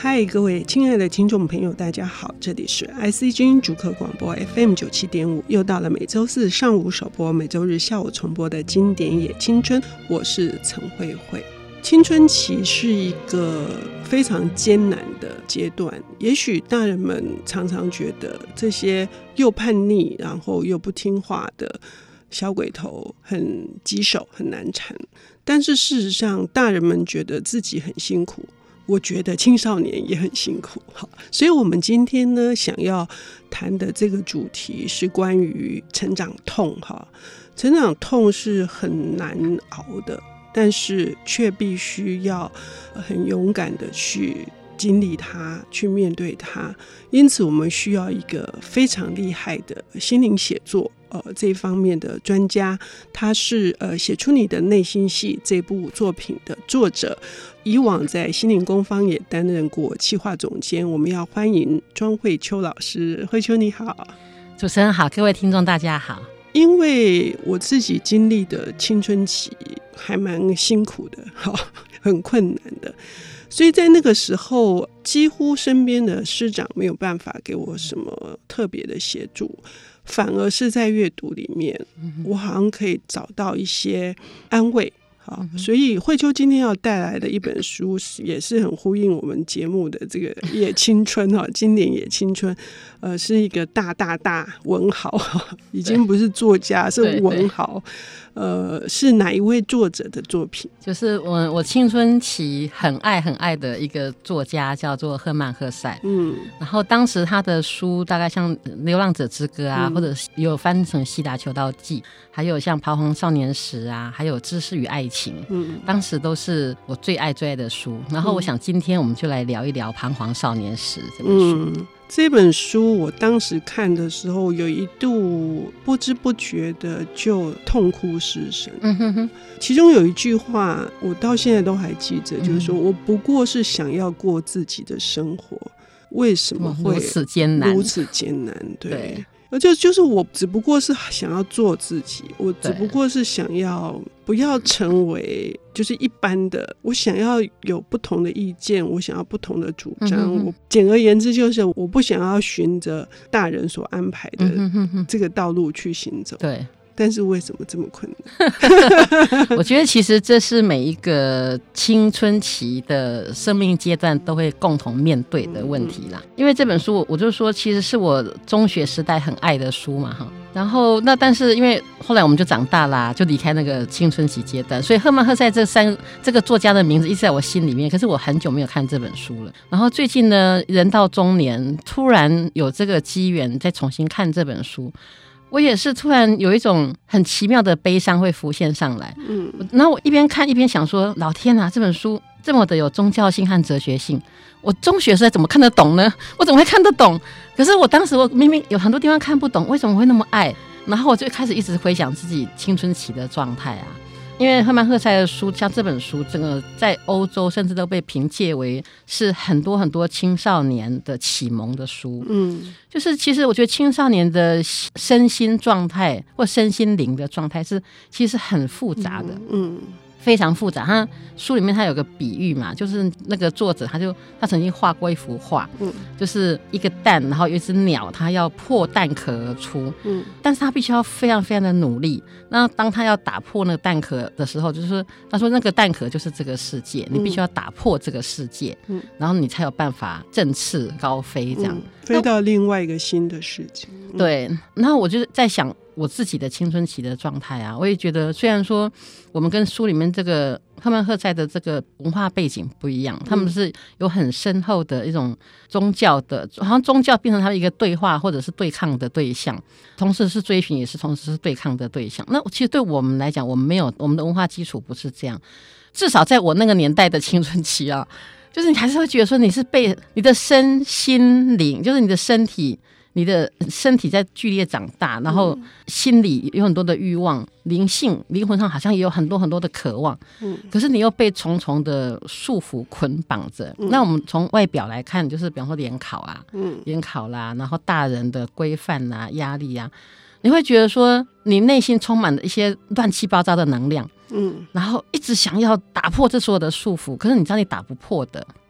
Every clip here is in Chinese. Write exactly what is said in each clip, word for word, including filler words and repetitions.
嗨，各位亲爱的听众朋友，大家好，这里是 I C 之音主客广播 F M 九十七点五，又到了每周四上午首播，每周日下午重播的经典也青春，我是陈慧慧。青春期是一个非常艰难的阶段，也许大人们常常觉得这些又叛逆然后又不听话的小鬼头很棘手很难缠，但是事实上大人们觉得自己很辛苦，我觉得青少年也很辛苦。所以我们今天呢想要谈的这个主题是关于成长痛。成长痛是很难熬的，但是却必须要很勇敢的去经历它，去面对它。因此我们需要一个非常厉害的心灵写作呃这一方面的专家，他是呃写出你的内心戏这部作品的作者，以往在心灵工坊也担任过企划总监。我们要欢迎庄慧秋老师。慧秋你好。 主持人好，各位听众大家好。 因为我自己经历的青春期还蛮辛苦的，很困难的，所以在那个时候几乎身边的师长没有办法给我什么特别的协助，反而是在阅读里面我好像可以找到一些安慰。好，所以慧秋今天要带来的一本书也是很呼应我们节目的这个也青春经典也青春，呃，是一个大大大文豪，已经不是作家是文豪。呃，是哪一位作者的作品？ 就是我我青春期很爱很爱的一个作家，叫做赫曼·赫塞。嗯，然后当时他的书大概像《流浪者之歌》啊，嗯、或者有翻成《西达求道记》，还有像《彷徨少年时》啊，还有《知识与爱情》。嗯，当时都是我最爱最爱的书。然后我想今天我们就来聊一聊《彷徨少年时》这本书。 嗯，这本书我当时看的时候有一度不知不觉的就痛哭失声。嗯哼哼，其中有一句话我到现在都还记着，就是说我不过是想要过自己的生活，为什么会如此艰难？ 如此艰难，对。对，就就是我只不过是想要做自己，我只不过是想要不要成为就是一般的，我想要有不同的意见，我想要不同的主张。嗯、我简而言之就是我不想要循着大人所安排的这个道路去行走。 对。 但是为什么这么困难？ 我觉得其实这是每一个青春期的生命阶段都会共同面对的问题啦。因为这本书我就说其实是我中学时代很爱的书嘛，然后那但是因为后来我们就长大啦，就离开那个青春期阶段，所以赫曼·赫塞这三这个作家的名字一直在我心里面，可是我很久没有看这本书了。然后最近呢，人到中年突然有这个机缘再重新看这本书，我也是突然有一种很奇妙的悲伤会浮现上来。嗯，然后我一边看一边想说，老天啊，这本书这么的有宗教性和哲学性，我中学时代怎么看得懂呢？我怎么会看得懂？可是我当时我明明有很多地方看不懂，为什么会那么爱？然后我就开始一直回想自己青春期的状态啊。因为赫曼·赫塞的书，像这本书，整个在欧洲甚至都被评介为是很多很多青少年的启蒙的书。嗯，就是其实我觉得青少年的身心状态或身心灵的状态是其实很复杂的。嗯。嗯，非常复杂。他书里面他有个比喻嘛，就是那个作者他就他曾经画过一幅画，嗯，就是一个蛋，然后有一只鸟，它要破蛋壳而出，嗯，但是他必须要非常非常的努力。那当他要打破那个蛋壳的时候，就是他说那个蛋壳就是这个世界，你必须要打破这个世界，嗯，然后你才有办法振翅高飞，这样、嗯、 飞到另外一个新的世界。 嗯、对，然后我就在想我自己的青春期的状态啊，我也觉得虽然说我们跟书里面这个赫曼·赫塞的这个文化背景不一样，他们是有很深厚的一种宗教的，好像宗教变成他们一个对话或者是对抗的对象，同时是追寻也是同时是对抗的对象。那其实对我们来讲，我们没有，我们的文化基础不是这样，至少在我那个年代的青春期啊，就是你还是会觉得说你是被你的身心灵，就是你的身体你的身体在剧烈长大，然后心里有很多的欲望，灵性灵魂上好像也有很多很多的渴望，嗯，可是你又被重重的束缚捆绑着、嗯、那我们从外表来看，就是比方说联考啊，嗯，联考啦，然后大人的规范啊，压力啊，你会觉得说你内心充满了一些乱七八糟的能量，嗯，然后一直想要打破这所有的束缚，可是你知道你打不破的，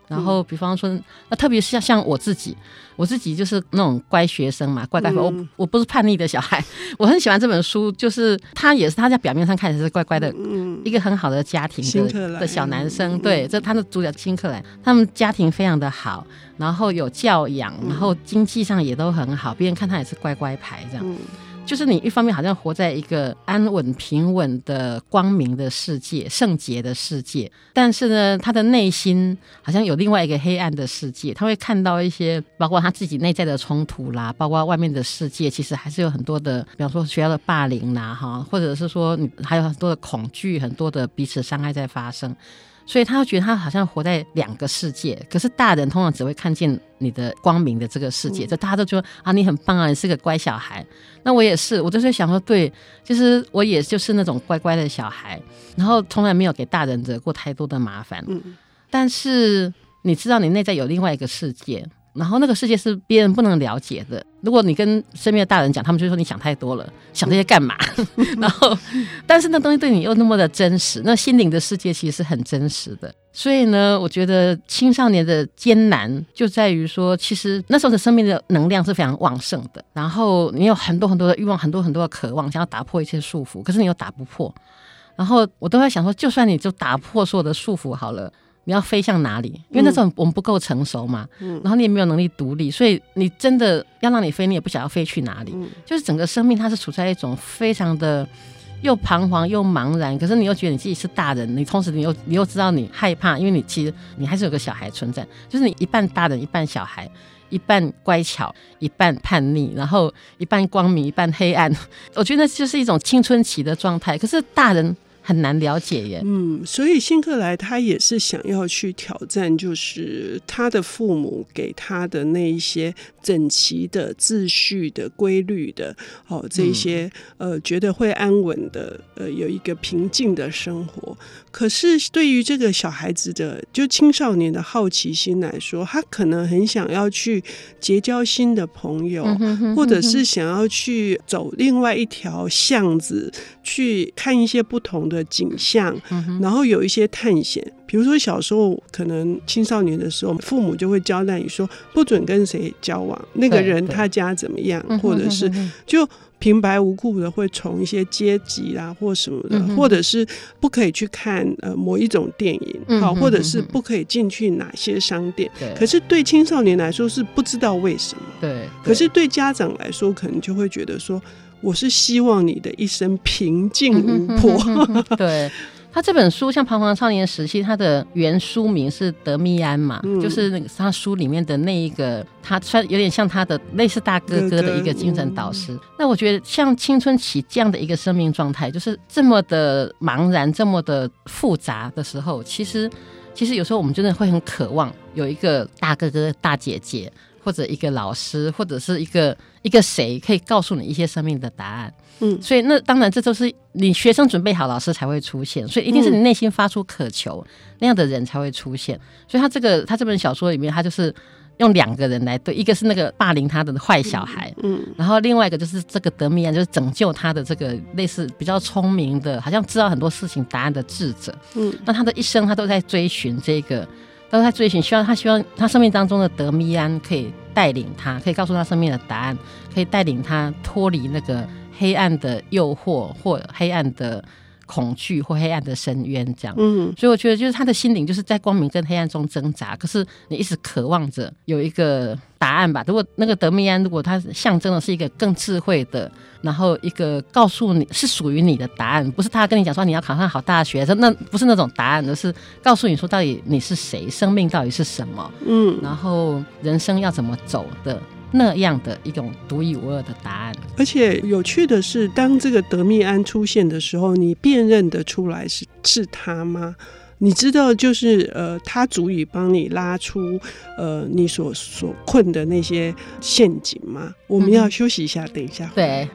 然后比方说那特别是像我自己我自己就是那种乖学生嘛，乖乖、嗯、我我不是叛逆的小孩，我很喜欢这本书，就是他也是他在表面上看起来是乖乖的、嗯、一个很好的家庭 的, 的小男生、嗯、对，这他的主角辛克莱他们家庭非常的好，然后有教养，然后经济上也都很好，别人看他也是乖乖牌这样、嗯，就是你一方面好像活在一个安稳平稳的光明的世界，圣洁的世界，但是呢他的内心好像有另外一个黑暗的世界，他会看到一些包括他自己内在的冲突啦，包括外面的世界其实还是有很多的，比方说学校的霸凌啦，或者是说你还有很多的恐惧，很多的彼此伤害在发生，所以他觉得他好像活在两个世界，可是大人通常只会看见你的光明的这个世界，就大家都觉得啊你很棒啊，你是个乖小孩，那我也是，我就是想说对，其实我也就是那种乖乖的小孩，然后从来没有给大人惹过太多的麻烦、嗯、但是你知道你内在有另外一个世界，然后那个世界是别人不能了解的，如果你跟身边的大人讲，他们就说你想太多了，想这些干嘛然后但是那东西对你又那么的真实，那心灵的世界其实是很真实的，所以呢我觉得青少年的艰难就在于说，其实那时候的生命的能量是非常旺盛的，然后你有很多很多的欲望，很多很多的渴望，想要打破一切束缚，可是你又打不破，然后我都在想说，就算你就打破所有的束缚好了，你要飞向哪里？因为那时候我们不够成熟嘛、嗯、然后你也没有能力独立，所以你真的要让你飞，你也不晓得飞去哪里、嗯、就是整个生命它是处在一种非常的又彷徨又茫然，可是你又觉得你自己是大人，你同时你又你又知道你害怕，因为你其实你还是有个小孩存在，就是你一半大人一半小孩，一半乖巧一半叛逆，然后一半光明一半黑暗，我觉得那就是一种青春期的状态，可是大人很难了解耶。 嗯，所以辛克莱他也是想要去挑战，就是他的父母给他的那一些整齐的、秩序的、规律的，哦，这些、嗯、呃，觉得会安稳的，呃，有一个平静的生活。可是对于这个小孩子的，就青少年的好奇心来说，他可能很想要去结交新的朋友，嗯、哼哼哼或者是想要去走另外一条巷子，去看一些不同的的景象，然后有一些探险，比如说小时候可能青少年的时候，父母就会交代你说不准跟谁交往，那个人他家怎么样，或者是就平白无故的会从一些阶级啊或什么的、嗯、或者是不可以去看、呃、某一种电影、嗯、好，或者是不可以进去哪些商店，可是对青少年来说是不知道为什么， 对, 对可是对家长来说可能就会觉得说我是希望你的一生平静无波、嗯、 对，他这本书像《彷徨少年时期》，他的原书名是德密安嘛、嗯、就是那个他书里面的那一个，他有点像他的类似大哥哥的一个精神导师、嗯、那我觉得像青春期这样的一个生命状态，就是这么的茫然这么的复杂的时候，其实其实有时候我们真的会很渴望有一个大哥哥大姐姐，或者一个老师，或者是一个一个谁可以告诉你一些生命的答案。嗯，所以那当然这都是你学生准备好，老师才会出现，所以一定是你内心发出渴求、嗯、那样的人才会出现。所以他这个他这本小说里面，他就是用两个人来对，一个是那个霸凌他的坏小孩，嗯，嗯然后另外一个就是这个德密安，就是拯救他的这个类似比较聪明的，好像知道很多事情答案的智者。嗯，那他的一生他都在追寻这个。都在追寻，希望他希望他生命当中的德密安可以带领他，可以告诉他生命的答案，可以带领他脱离那个黑暗的诱惑或黑暗的恐惧或黑暗的深渊这样。嗯，所以我觉得就是他的心灵就是在光明跟黑暗中挣扎，可是你一直渴望着有一个答案吧。如果那个德密安如果他象征的是一个更智慧的，然后一个告诉你是属于你的答案，不是他跟你讲说你要考上好大学，那不是那种答案，而是告诉你说到底你是谁，生命到底是什么，嗯，然后人生要怎么走的，那样的一种独一无二的答案。 而且有趣的是，当这个德密安出现的时候，你辨认得出来是是他吗？你知道就是呃，他足以帮你拉出呃你所所困的那些陷阱吗？我们要休息一下、嗯、等一下。 对。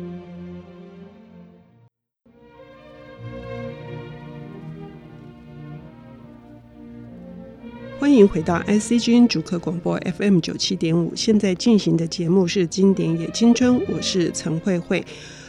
欢迎回到 I C G N 主客广播 F M 九十七点五， 现在进行的节目是经典也青春，我是陈慧慧。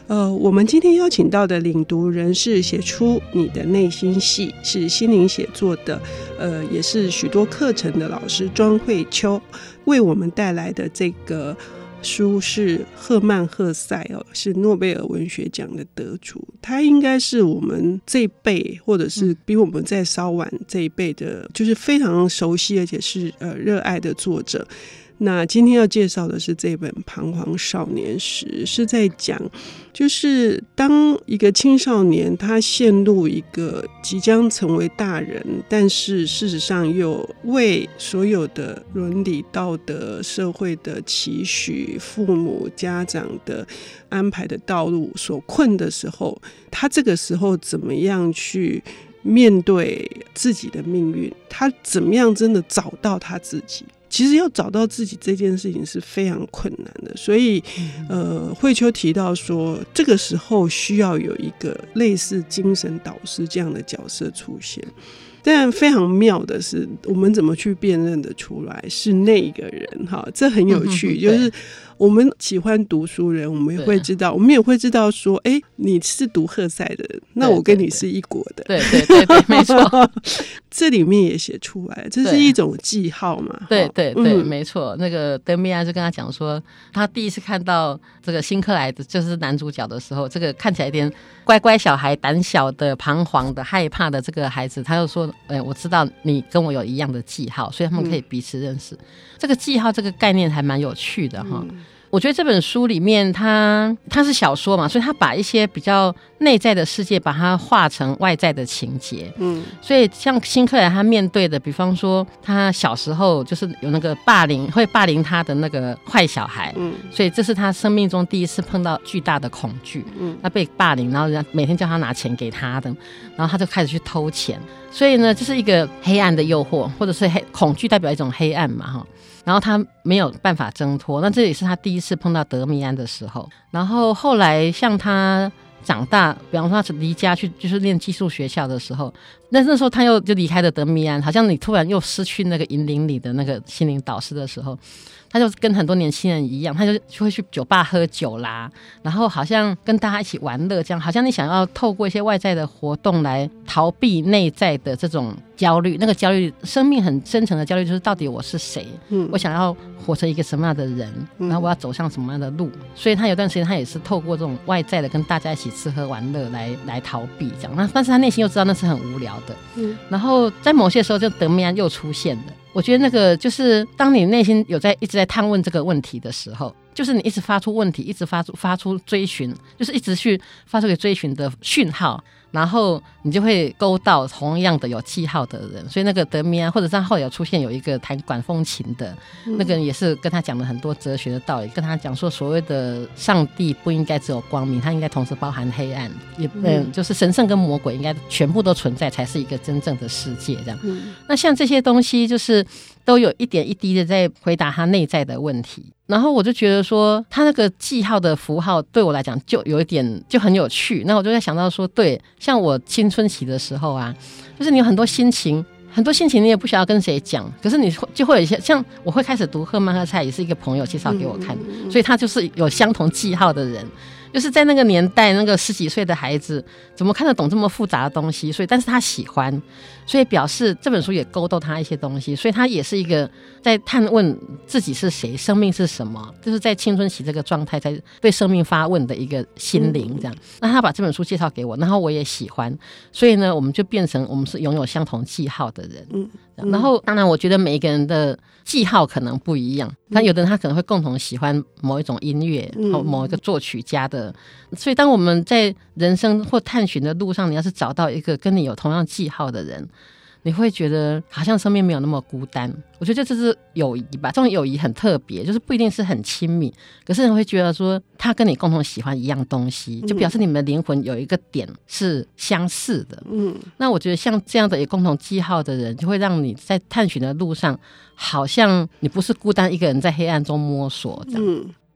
呃，我们今天邀请到的领读人是写出你的内心戏，是心灵写作的，呃，也是许多课程的老师庄慧秋，为我们带来的这个书是赫曼赫塞哦，是诺贝尔文学奖的得主。他应该是我们这一辈，或者是比我们再稍晚这一辈的，就是非常熟悉而且是呃热爱的作者。那今天要介绍的是这本《彷徨少年时》，是在讲就是当一个青少年他陷入一个即将成为大人，但是事实上又为所有的伦理道德社会的期许父母家长的安排的道路所困的时候，他这个时候怎么样去面对自己的命运，他怎么样真的找到他自己。其实要找到自己这件事情是非常困难的，所以呃，慧秋提到说这个时候需要有一个类似精神导师这样的角色出现。但非常妙的是，我们怎么去辨认得出来是那一个人？哈，这很有趣。嗯、就是我们喜欢读书人，我们也会知道，我们也会知道说，哎，你是读赫塞的人，那我跟你是一国的。 对对对 对, 对，没错。 这里面也写出来，这是一种记号嘛？ 对对 对, 对、嗯，没错。那个德米安就跟他讲说，他第一次看到这个辛克莱的，就是男主角的时候，这个看起来有点乖乖小孩、胆小的、彷徨的、害怕的这个孩子，他就说。哎，我知道你跟我有一样的记号，所以他们可以彼此认识。嗯、这个记号这个概念还蛮有趣的哈。嗯、我觉得这本书里面它，它是小说嘛，所以它把一些比较内在的世界，把它化成外在的情节。嗯，所以像辛克莱他面对的，比方说他小时候就是有那个霸凌，会霸凌他的那个坏小孩。嗯，所以这是他生命中第一次碰到巨大的恐惧。嗯，他被霸凌，然后人家每天叫他拿钱给他的，然后他就开始去偷钱。所以呢，这是一个黑暗的诱惑，或者是黑恐惧代表一种黑暗嘛，哈。然后他没有办法挣脱，那这也是他第一次碰到德米安的时候。然后后来像他长大，比方说他离家去就是念寄宿学校的时候，那那时候他又就离开了德米安，好像你突然又失去那个引领你的那个心灵导师的时候，他就跟很多年轻人一样，他就会去酒吧喝酒啦，然后好像跟大家一起玩乐，这样好像你想要透过一些外在的活动来逃避内在的这种焦虑，那个焦虑，生命很深层的焦虑，就是到底我是谁、嗯、我想要活成一个什么样的人，然后我要走向什么样的路、嗯、所以他有段时间他也是透过这种外在的跟大家一起吃喝玩乐来来逃避这样，那但是他内心又知道那是很无聊的、嗯、然后在某些时候就德米安又出现了。我觉得那个就是当你内心有在一直在探问这个问题的时候，就是你一直发出问题，一直发出发出追寻，就是一直去发出给追寻的讯号，然后你就会勾到同样的有记号的人。所以那个德米安，或者是后来有出现有一个弹管风琴的、嗯、那个人，也是跟他讲了很多哲学的道理，跟他讲说所谓的上帝不应该只有光明，它应该同时包含黑暗，也嗯，就是神圣跟魔鬼应该全部都存在，才是一个真正的世界这样、嗯、那像这些东西就是都有一点一滴的在回答他内在的问题。然后我就觉得说他那个记号的符号对我来讲就有一点就很有趣，那我就在想到说，对，像我青春期的时候啊，就是你有很多心情很多心情你也不需要跟谁讲，可是你就会有一些，像我会开始读赫曼赫塞，也是一个朋友介绍给我看、嗯、所以他就是有相同记号的人，就是在那个年代那个十几岁的孩子怎么看得懂这么复杂的东西，所以但是他喜欢，所以表示这本书也勾逗他一些东西，所以他也是一个在探问自己是谁，生命是什么，就是在青春期这个状态在对生命发问的一个心灵这样、嗯、那他把这本书介绍给我，然后我也喜欢，所以呢我们就变成我们是拥有相同记号的人、嗯嗯、然后当然我觉得每一个人的记号可能不一样，但有的人他可能会共同喜欢某一种音乐、嗯、或某一个作曲家的，所以当我们在人生或探寻的路上，你要是找到一个跟你有同样记号的人，你会觉得好像生命没有那么孤单。我觉得这是友谊吧，这种友谊很特别，就是不一定是很亲密，可是你会觉得说他跟你共同喜欢一样东西，就表示你们的灵魂有一个点是相似的。嗯，那我觉得像这样的有共同记号的人，就会让你在探寻的路上好像你不是孤单一个人在黑暗中摸索这样。嗯，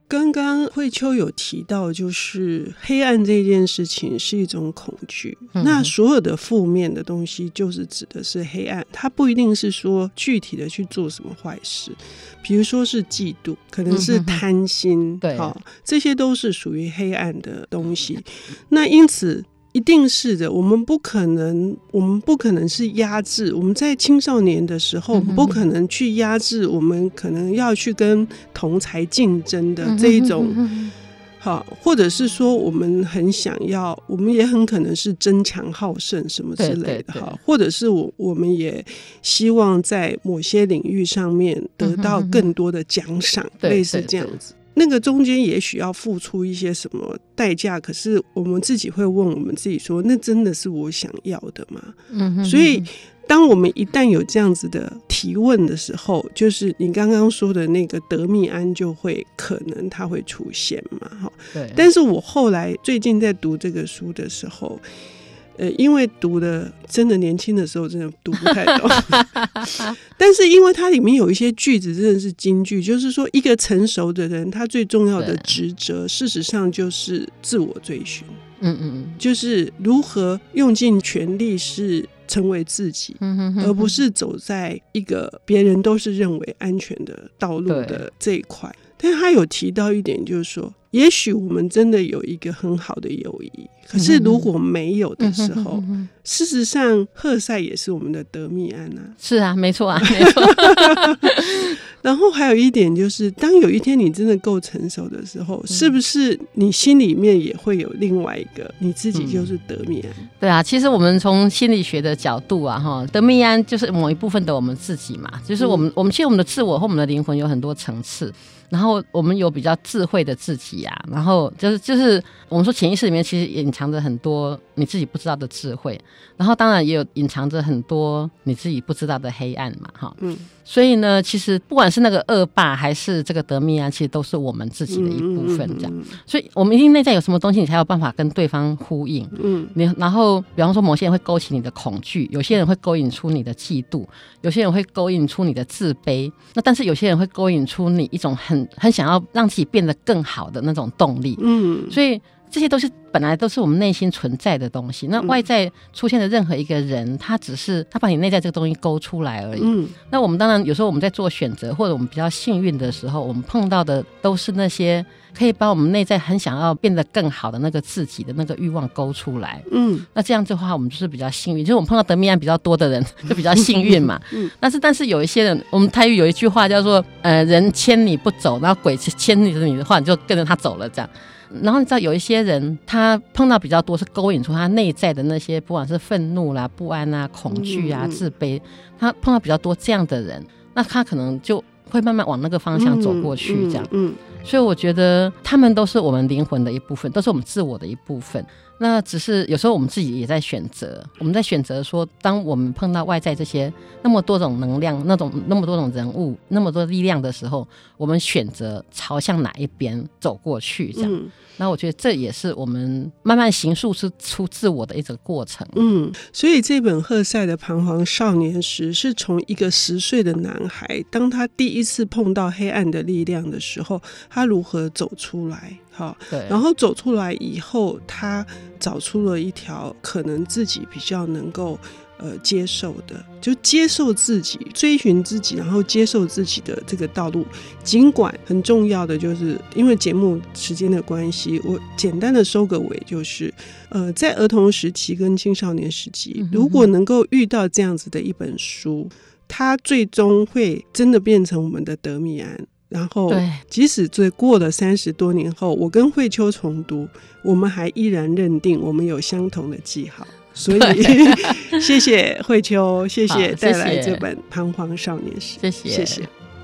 刚刚慧秋有提到，就是黑暗这件事情是一种恐惧、嗯、那所有的负面的东西就是指的是黑暗，它不一定是说具体的去做什么坏事，比如说是嫉妒，可能是贪心、嗯、对、哦，这些都是属于黑暗的东西。那因此一定是的，我们不可能我们不可能是压制，我们在青少年的时候不可能去压制我们可能要去跟同侪竞争的这一种、好，或者是说我们很想要，我们也很可能是争强好胜什么之类的，对对对，好，或者是我我们也希望在某些领域上面得到更多的奖赏、嗯、类似这样子。那个中间也许要付出一些什么代价，可是我们自己会问我们自己说，那真的是我想要的吗？嗯哼哼。所以当我们一旦有这样子的提问的时候，就是你刚刚说的那个得蜜胺就会可能它会出现嘛。对。但是我后来最近在读这个书的时候，呃，因为读的真的年轻的时候真的读不太懂但是因为它里面有一些句子真的是金句，就是说一个成熟的人他最重要的职责事实上就是自我追寻，嗯嗯，就是如何用尽全力是成为自己，而不是走在一个别人都是认为安全的道路的这一块。但他有提到一点，就是说也许我们真的有一个很好的友谊，可是如果没有的时候、嗯、哼哼哼，事实上赫塞也是我们的得蜜胺啊。 是啊，没错啊，没错然后还有一点就是，当有一天你真的够成熟的时候、嗯、是不是你心里面也会有另外一个你自己就是得蜜胺、嗯、 对啊，其实我们从心理学的角度啊，得蜜胺就是某一部分的我们自己嘛，就是我们、嗯、我们其实我们的自我和我们的灵魂有很多层次，然后我们有比较智慧的自己啊，然后就是就是我们说潜意识里面其实隐藏着很多你自己不知道的智慧，然后当然也有隐藏着很多你自己不知道的黑暗嘛，哈，嗯，所以呢，其实不管是那个恶霸还是这个得蜜胺，其实都是我们自己的一部分，这样，嗯嗯嗯、所以我们一定内在有什么东西，你才有办法跟对方呼应，嗯，你然后比方说某些人会勾起你的恐惧，有些人会勾引出你的嫉妒，有些人会勾引出你的自卑，那但是有些人会勾引出你一种很很想要让自己变得更好的那种动力，嗯，所以这些都是本来都是我们内心存在的东西，那外在出现的任何一个人，他只是他把你内在这个东西勾出来而已，嗯，那我们当然有时候我们在做选择，或者我们比较幸运的时候，我们碰到的都是那些可以把我们内在很想要变得更好的那个自己的那个欲望勾出来，嗯，那这样子的话我们就是比较幸运，就是我们碰到得蜜胺比较多的人就比较幸运嘛，嗯，但是但是有一些人，我们台语有一句话叫做呃人牵你不走，然后鬼牵着你的话你就跟着他走了这样。然后你知道有一些人他碰到比较多是勾引出他内在的那些不管是愤怒啦、不安啊、恐惧啊、自卑，他碰到比较多这样的人，那他可能就会慢慢往那个方向走过去这样，嗯嗯嗯，所以我觉得他们都是我们灵魂的一部分，都是我们自我的一部分，那只是有时候我们自己也在选择，我们在选择说当我们碰到外在这些那么多种能量，那种那么多种人物，那么多力量的时候，我们选择朝向哪一边走过去这样，嗯，那我觉得这也是我们慢慢形塑出自我的一个过程。 嗯，所以这本赫塞的彷徨少年时是从一个十岁的男孩，当他第一次碰到黑暗的力量的时候，他如何走出来，对，然后走出来以后他找出了一条可能自己比较能够呃接受的，就接受自己，追寻自己，然后接受自己的这个道路。尽管很重要的就是因为节目时间的关系，我简单的收个尾，就是呃在儿童时期跟青少年时期，如果能够遇到这样子的一本书，它最终会真的变成我们的得蜜胺。然后即使最过了三十多年后，我跟慧秋重读，我们还依然认定我们有相同的记号。所以谢谢慧秋，谢谢带来这本彷徨少年时， 谢谢谢谢。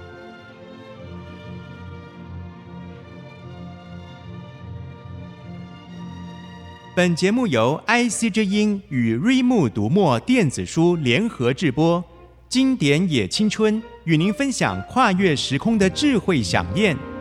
本节目由 I C 之音与瑞木读墨电子书联合制播，经典也青春与您分享跨越时空的智慧饗宴。